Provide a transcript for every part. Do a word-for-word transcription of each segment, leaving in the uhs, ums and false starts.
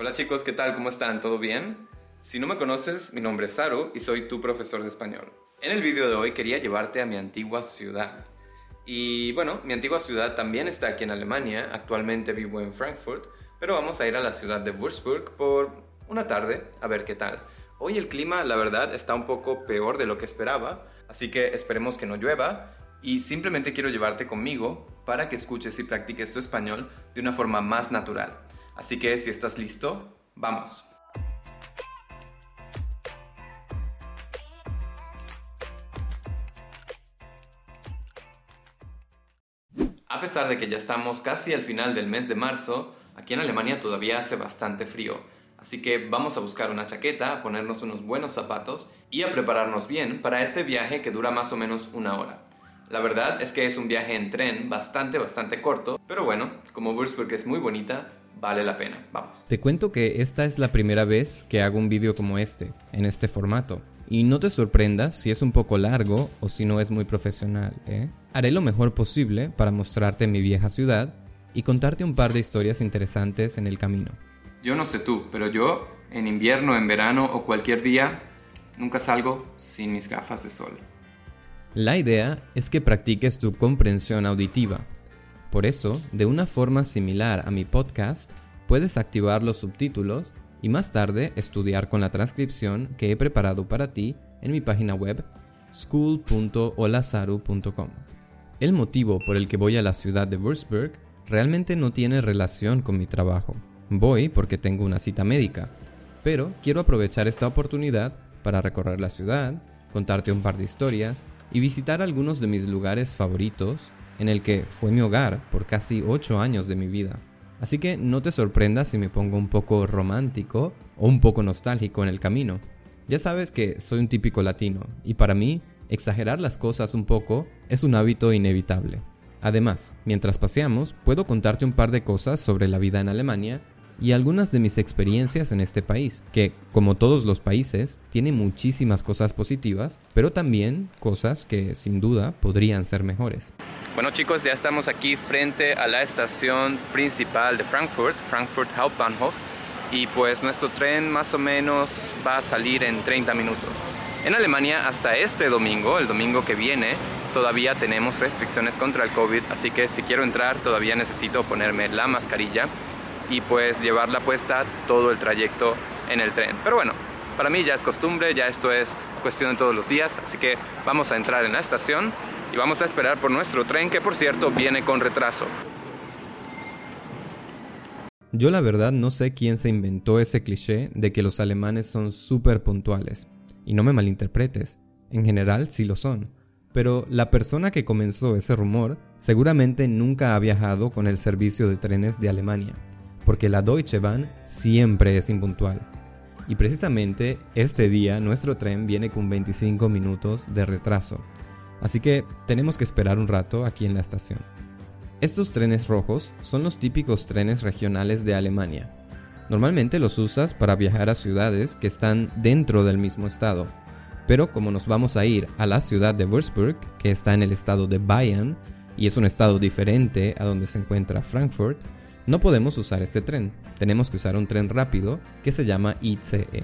Hola chicos, ¿qué tal? ¿Cómo están? ¿Todo bien? Si no me conoces, mi nombre es Saru y soy tu profesor de español. En el vídeo de hoy quería llevarte a mi antigua ciudad. Y bueno, mi antigua ciudad también está aquí en Alemania, actualmente vivo en Frankfurt, pero vamos a ir a la ciudad de Würzburg por una tarde a ver qué tal. Hoy el clima, la verdad, está un poco peor de lo que esperaba, así que esperemos que no llueva y simplemente quiero llevarte conmigo para que escuches y practiques tu español de una forma más natural. Así que si estás listo, ¡vamos! A pesar de que ya estamos casi al final del mes de marzo, aquí en Alemania todavía hace bastante frío. Así que vamos a buscar una chaqueta, a ponernos unos buenos zapatos y a prepararnos bien para este viaje que dura más o menos una hora. La verdad es que es un viaje en tren bastante, bastante corto, pero bueno, como Würzburg es muy bonita, vale la pena. Vamos. Te cuento que esta es la primera vez que hago un vídeo como este, en este formato. Y no te sorprendas si es un poco largo o si no es muy profesional, ¿eh? Haré lo mejor posible para mostrarte mi vieja ciudad y contarte un par de historias interesantes en el camino. Yo no sé tú, pero yo, en invierno, en verano o cualquier día, nunca salgo sin mis gafas de sol. La idea es que practiques tu comprensión auditiva. Por eso, de una forma similar a mi podcast, puedes activar los subtítulos y más tarde estudiar con la transcripción que he preparado para ti en mi página web school punto holasaru punto com. El motivo por el que voy a la ciudad de Würzburg realmente no tiene relación con mi trabajo. Voy porque tengo una cita médica, pero quiero aprovechar esta oportunidad para recorrer la ciudad, contarte un par de historias y visitar algunos de mis lugares favoritos en el que fue mi hogar por casi ocho años de mi vida. Así que no te sorprendas si me pongo un poco romántico o un poco nostálgico en el camino. Ya sabes que soy un típico latino y para mí, exagerar las cosas un poco es un hábito inevitable. Además, mientras paseamos, puedo contarte un par de cosas sobre la vida en Alemania y algunas de mis experiencias en este país, que, como todos los países, tiene muchísimas cosas positivas, pero también cosas que, sin duda, podrían ser mejores. Bueno chicos, ya estamos aquí frente a la estación principal de Frankfurt, Frankfurt Hauptbahnhof, y pues nuestro tren más o menos va a salir en treinta minutos. En Alemania hasta este domingo, el domingo que viene, todavía tenemos restricciones contra el COVID, así que si quiero entrar todavía necesito ponerme la mascarilla y pues llevarla puesta todo el trayecto en el tren. Pero bueno, para mí ya es costumbre, ya esto es cuestión de todos los días, así que vamos a entrar en la estación y vamos a esperar por nuestro tren, que por cierto viene con retraso. Yo la verdad no sé quién se inventó ese cliché de que los alemanes son súper puntuales. Y no me malinterpretes, en general sí lo son. Pero la persona que comenzó ese rumor seguramente nunca ha viajado con el servicio de trenes de Alemania, porque la Deutsche Bahn siempre es impuntual. Y precisamente este día nuestro tren viene con veinticinco minutos de retraso. Así que tenemos que esperar un rato aquí en la estación. Estos trenes rojos son los típicos trenes regionales de Alemania. Normalmente los usas para viajar a ciudades que están dentro del mismo estado. Pero como nos vamos a ir a la ciudad de Würzburg, que está en el estado de Bayern, y es un estado diferente a donde se encuentra Frankfurt, no podemos usar este tren. Tenemos que usar un tren rápido que se llama I C E.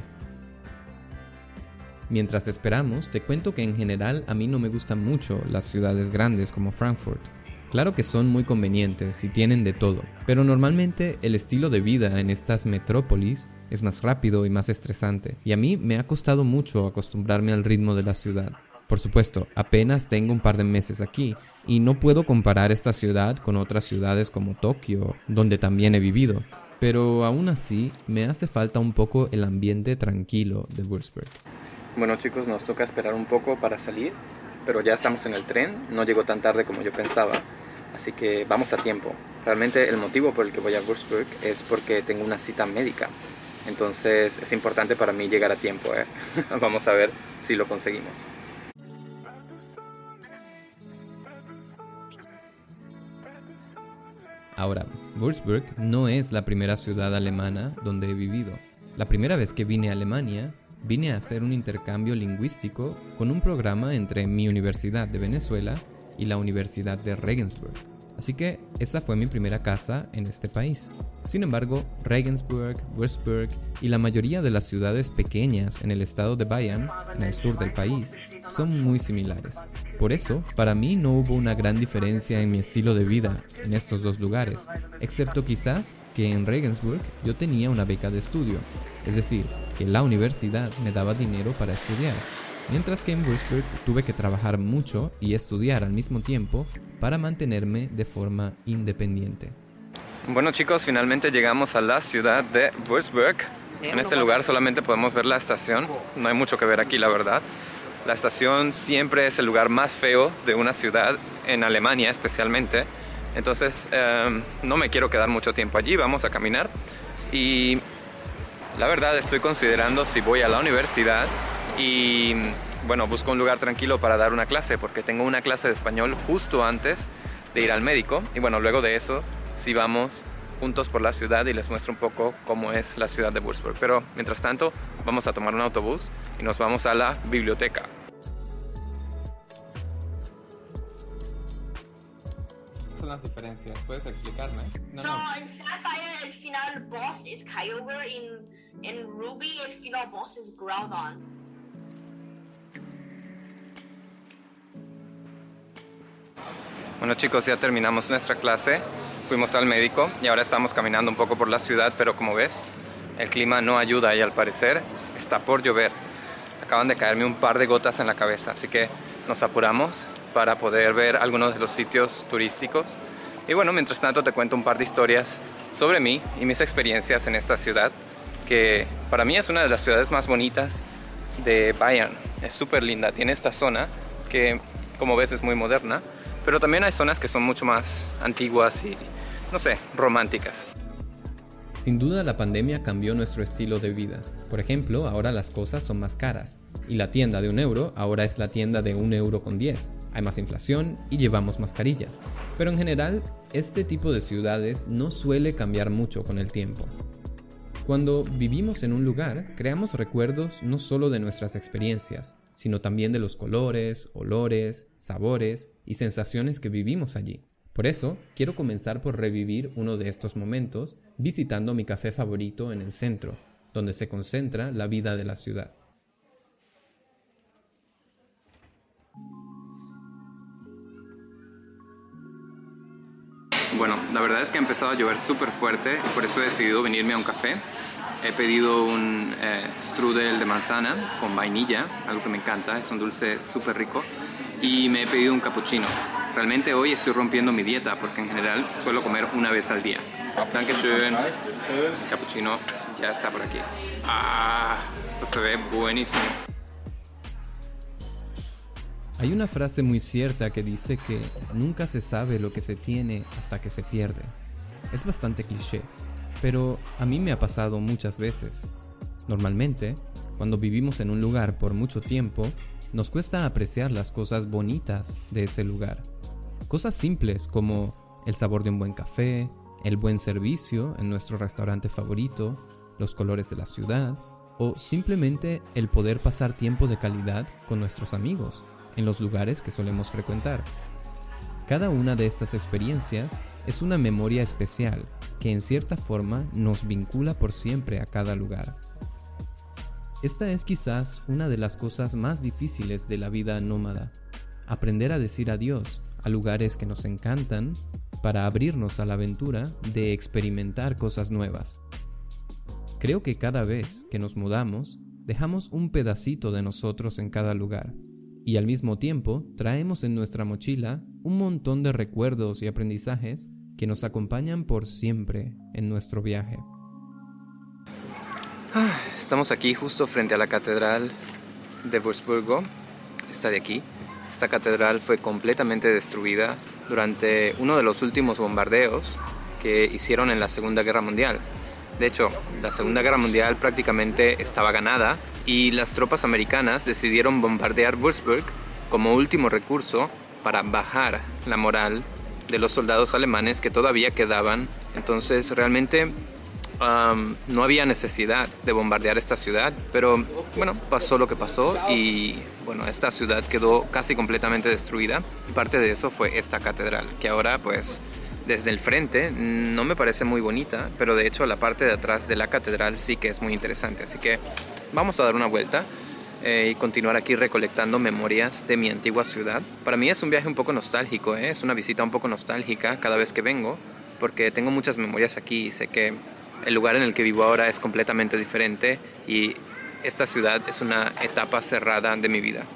Mientras esperamos, te cuento que en general a mí no me gustan mucho las ciudades grandes como Frankfurt. Claro que son muy convenientes y tienen de todo, pero normalmente el estilo de vida en estas metrópolis es más rápido y más estresante, y a mí me ha costado mucho acostumbrarme al ritmo de la ciudad. Por supuesto, apenas tengo un par de meses aquí, y no puedo comparar esta ciudad con otras ciudades como Tokio, donde también he vivido, pero aún así me hace falta un poco el ambiente tranquilo de Würzburg. Bueno chicos, nos toca esperar un poco para salir, pero ya estamos en el tren, no llegó tan tarde como yo pensaba, así que vamos a tiempo. Realmente el motivo por el que voy a Würzburg es porque tengo una cita médica, entonces es importante para mí llegar a tiempo, ¿eh? Vamos a ver si lo conseguimos. Ahora, Würzburg no es la primera ciudad alemana donde he vivido. La primera vez que vine a Alemania, vine a hacer un intercambio lingüístico con un programa entre mi Universidad de Venezuela y la Universidad de Regensburg. Así que esa fue mi primera casa en este país. Sin embargo, Regensburg, Würzburg y la mayoría de las ciudades pequeñas en el estado de Bayern, en el sur del país, son muy similares. Por eso, para mí no hubo una gran diferencia en mi estilo de vida en estos dos lugares, excepto quizás que en Regensburg yo tenía una beca de estudio, es decir, que la universidad me daba dinero para estudiar, mientras que en Würzburg tuve que trabajar mucho y estudiar al mismo tiempo para mantenerme de forma independiente. Bueno chicos, finalmente llegamos a la ciudad de Würzburg. En este lugar solamente podemos ver la estación, no hay mucho que ver aquí la verdad. La estación siempre es el lugar más feo de una ciudad, en Alemania especialmente. Entonces eh, no me quiero quedar mucho tiempo allí, vamos a caminar. Y la verdad estoy considerando si voy a la universidad y bueno, busco un lugar tranquilo para dar una clase, porque tengo una clase de español justo antes de ir al médico. Y bueno, luego de eso, si vamos juntos por la ciudad y les muestro un poco cómo es la ciudad de Würzburg. Pero mientras tanto, vamos a tomar un autobús y nos vamos a la biblioteca. ¿Qué son las diferencias? ¿Puedes explicarme? No, so, no. En Sapphire, el final boss es Kyogre. En, en Ruby, el final boss es Groudon. Bueno chicos, ya terminamos nuestra clase, fuimos al médico y ahora estamos caminando un poco por la ciudad, pero como ves, el clima no ayuda y al parecer está por llover. Acaban de caerme un par de gotas en la cabeza, así que nos apuramos para poder ver algunos de los sitios turísticos. Y bueno, mientras tanto te cuento un par de historias sobre mí y mis experiencias en esta ciudad, que para mí es una de las ciudades más bonitas de Bayern. Es súper linda, tiene esta zona que como ves es muy moderna, pero también hay zonas que son mucho más antiguas y, no sé, románticas. Sin duda la pandemia cambió nuestro estilo de vida. Por ejemplo, ahora las cosas son más caras. Y la tienda de un euro ahora es la tienda de un euro con diez. Hay más inflación y llevamos mascarillas. Pero en general, este tipo de ciudades no suele cambiar mucho con el tiempo. Cuando vivimos en un lugar, creamos recuerdos no solo de nuestras experiencias, sino también de los colores, olores, sabores y sensaciones que vivimos allí. Por eso, quiero comenzar por revivir uno de estos momentos visitando mi café favorito en el centro, donde se concentra la vida de la ciudad. Bueno, la verdad es que ha empezado a llover súper fuerte, por eso he decidido venirme a un café. He pedido un eh, strudel de manzana con vainilla, algo que me encanta, es un dulce súper rico. Y me he pedido un cappuccino. Realmente hoy estoy rompiendo mi dieta porque en general suelo comer una vez al día. Dankeschön. El cappuccino ya está por aquí. Ah, esto se ve buenísimo. Hay una frase muy cierta que dice que nunca se sabe lo que se tiene hasta que se pierde. Es bastante cliché, pero a mí me ha pasado muchas veces. Normalmente, cuando vivimos en un lugar por mucho tiempo, nos cuesta apreciar las cosas bonitas de ese lugar. Cosas simples como el sabor de un buen café, el buen servicio en nuestro restaurante favorito, los colores de la ciudad, o simplemente el poder pasar tiempo de calidad con nuestros amigos en los lugares que solemos frecuentar. Cada una de estas experiencias es una memoria especial que en cierta forma nos vincula por siempre a cada lugar. Esta es quizás una de las cosas más difíciles de la vida nómada, aprender a decir adiós a lugares que nos encantan para abrirnos a la aventura de experimentar cosas nuevas. Creo que cada vez que nos mudamos, dejamos un pedacito de nosotros en cada lugar. Y al mismo tiempo, traemos en nuestra mochila un montón de recuerdos y aprendizajes que nos acompañan por siempre en nuestro viaje. Estamos aquí justo frente a la catedral de Würzburgo. Está de aquí. Esta catedral fue completamente destruida durante uno de los últimos bombardeos que hicieron en la Segunda Guerra Mundial. De hecho, la Segunda Guerra Mundial prácticamente estaba ganada y las tropas americanas decidieron bombardear Würzburg como último recurso para bajar la moral de los soldados alemanes que todavía quedaban. Entonces realmente Um, no había necesidad de bombardear esta ciudad, pero bueno, pasó lo que pasó y bueno, esta ciudad quedó casi completamente destruida. Y parte de eso fue esta catedral, que ahora pues desde el frente no me parece muy bonita, pero de hecho la parte de atrás de la catedral sí que es muy interesante. Así que vamos a dar una vuelta eh, y continuar aquí recolectando memorias de mi antigua ciudad. Para mí es un viaje un poco nostálgico, ¿eh? Es una visita un poco nostálgica cada vez que vengo, porque tengo muchas memorias aquí y sé que el lugar en el que vivo ahora es completamente diferente y esta ciudad es una etapa cerrada de mi vida.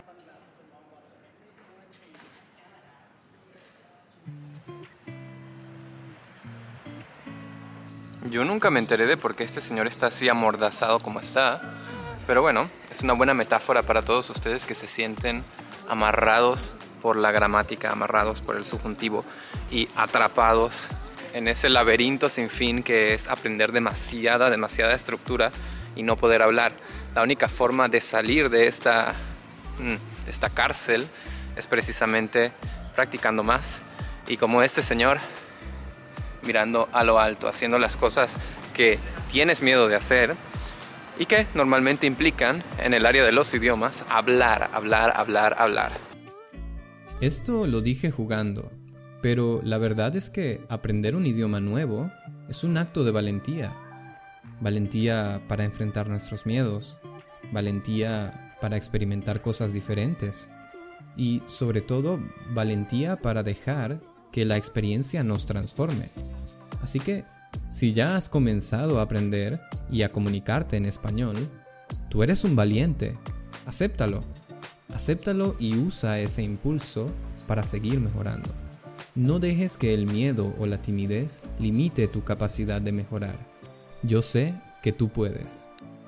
Yo nunca me enteré de por qué este señor está así amordazado como está, pero bueno, es una buena metáfora para todos ustedes que se sienten amarrados por la gramática, amarrados por el subjuntivo y atrapados en ese laberinto sin fin que es aprender demasiada, demasiada estructura y no poder hablar. La única forma de salir de esta, de esta cárcel es precisamente practicando más. Y como este señor, mirando a lo alto, haciendo las cosas que tienes miedo de hacer y que normalmente implican, en el área de los idiomas, hablar, hablar, hablar, hablar. Esto lo dije jugando, pero la verdad es que aprender un idioma nuevo es un acto de valentía. Valentía para enfrentar nuestros miedos, valentía para experimentar cosas diferentes y, sobre todo, valentía para dejar que la experiencia nos transforme. Así que, si ya has comenzado a aprender y a comunicarte en español, tú eres un valiente. Acéptalo. Acéptalo y usa ese impulso para seguir mejorando. No dejes que el miedo o la timidez limite tu capacidad de mejorar. Yo sé que tú puedes.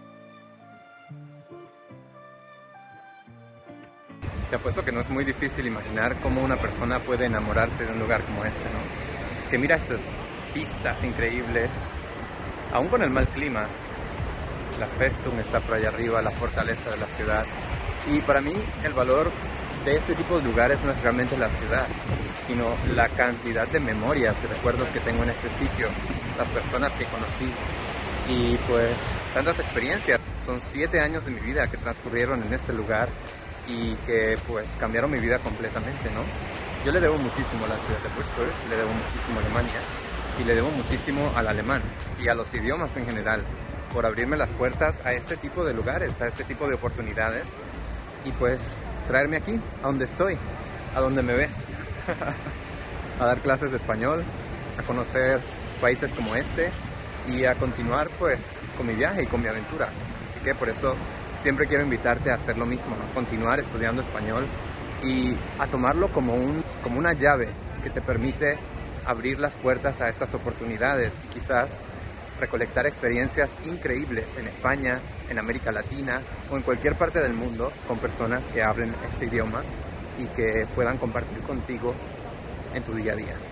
Te apuesto que no es muy difícil imaginar cómo una persona puede enamorarse de un lugar como este, ¿no? Es que mira estas vistas increíbles, aún con el mal clima. La Festung está por allá arriba, la fortaleza de la ciudad. Y para mí el valor de este tipo de lugares no es realmente la ciudad, sino la cantidad de memorias y recuerdos que tengo en este sitio, las personas que conocí y pues tantas experiencias. Son siete años de mi vida que transcurrieron en este lugar y que pues cambiaron mi vida completamente, ¿no? Yo le debo muchísimo a la ciudad de Würzburg, le debo muchísimo a Alemania y le debo muchísimo al alemán y a los idiomas en general por abrirme las puertas a este tipo de lugares, a este tipo de oportunidades y pues traerme aquí, a donde estoy, a donde me ves, a dar clases de español, a conocer países como este y a continuar pues con mi viaje y con mi aventura. Así que por eso siempre quiero invitarte a hacer lo mismo, ¿no? Continuar estudiando español y a tomarlo como, un, como una llave que te permite abrir las puertas a estas oportunidades y quizás recolectar experiencias increíbles en España, en América Latina o en cualquier parte del mundo con personas que hablen este idioma y que puedan compartir contigo en tu día a día.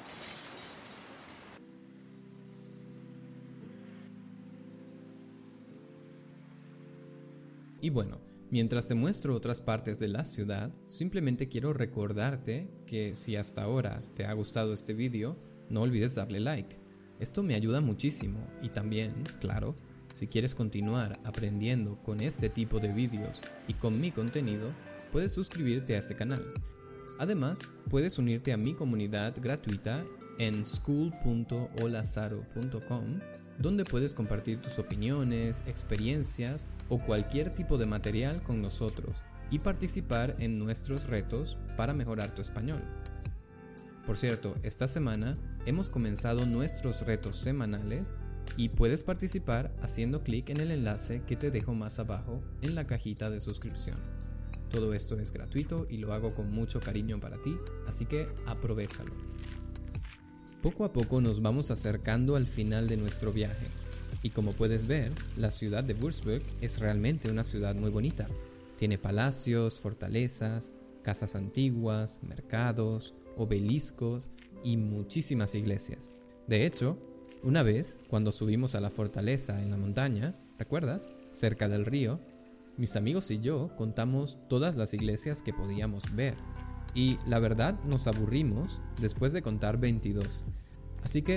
Y bueno, mientras te muestro otras partes de la ciudad, simplemente quiero recordarte que si hasta ahora te ha gustado este vídeo, no olvides darle like. Esto me ayuda muchísimo y también, claro, si quieres continuar aprendiendo con este tipo de vídeos y con mi contenido, puedes suscribirte a este canal. Además, puedes unirte a mi comunidad gratuita en school punto olazaro punto com, donde puedes compartir tus opiniones, experiencias o cualquier tipo de material con nosotros y participar en nuestros retos para mejorar tu español. Por cierto, esta semana hemos comenzado nuestros retos semanales y puedes participar haciendo clic en el enlace que te dejo más abajo en la cajita de suscripción. Todo esto es gratuito y lo hago con mucho cariño para ti, así que aprovéchalo. Poco a poco nos vamos acercando al final de nuestro viaje y como puedes ver, la ciudad de Würzburg es realmente una ciudad muy bonita. Tiene palacios, fortalezas, casas antiguas, mercados, obeliscos y muchísimas iglesias. De hecho, una vez, cuando subimos a la fortaleza en la montaña, ¿recuerdas? Cerca del río, mis amigos y yo contamos todas las iglesias que podíamos ver. Y la verdad nos aburrimos después de contar veintidós. Así que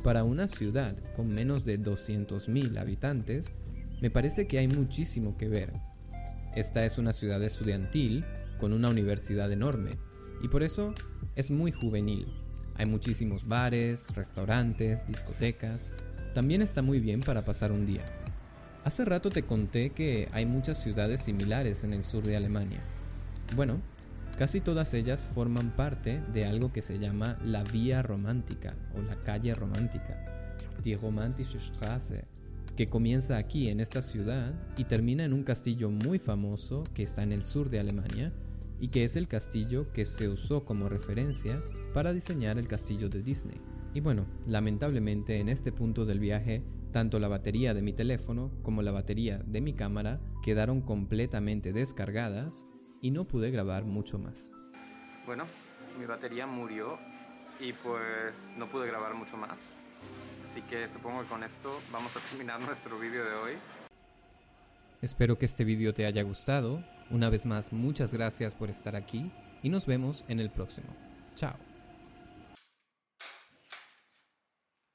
Para una ciudad con menos de doscientos mil habitantes, me parece que hay muchísimo que ver. Esta es una ciudad estudiantil con una universidad enorme y por eso es muy juvenil. Hay muchísimos bares, restaurantes, discotecas. También está muy bien para pasar un día. Hace rato te conté que hay muchas ciudades similares en el sur de Alemania. Bueno, casi todas ellas forman parte de algo que se llama la Vía Romántica o la calle romántica, die Romantische Straße, que comienza aquí en esta ciudad y termina en un castillo muy famoso que está en el sur de Alemania y que es el castillo que se usó como referencia para diseñar el castillo de Disney. Y bueno, lamentablemente en este punto del viaje, tanto la batería de mi teléfono como la batería de mi cámara quedaron completamente descargadas y no pude grabar mucho más. Bueno, mi batería murió y pues no pude grabar mucho más. Así que supongo que con esto vamos a terminar nuestro vídeo de hoy. Espero que este vídeo te haya gustado. Una vez más, muchas gracias por estar aquí y nos vemos en el próximo. Chao.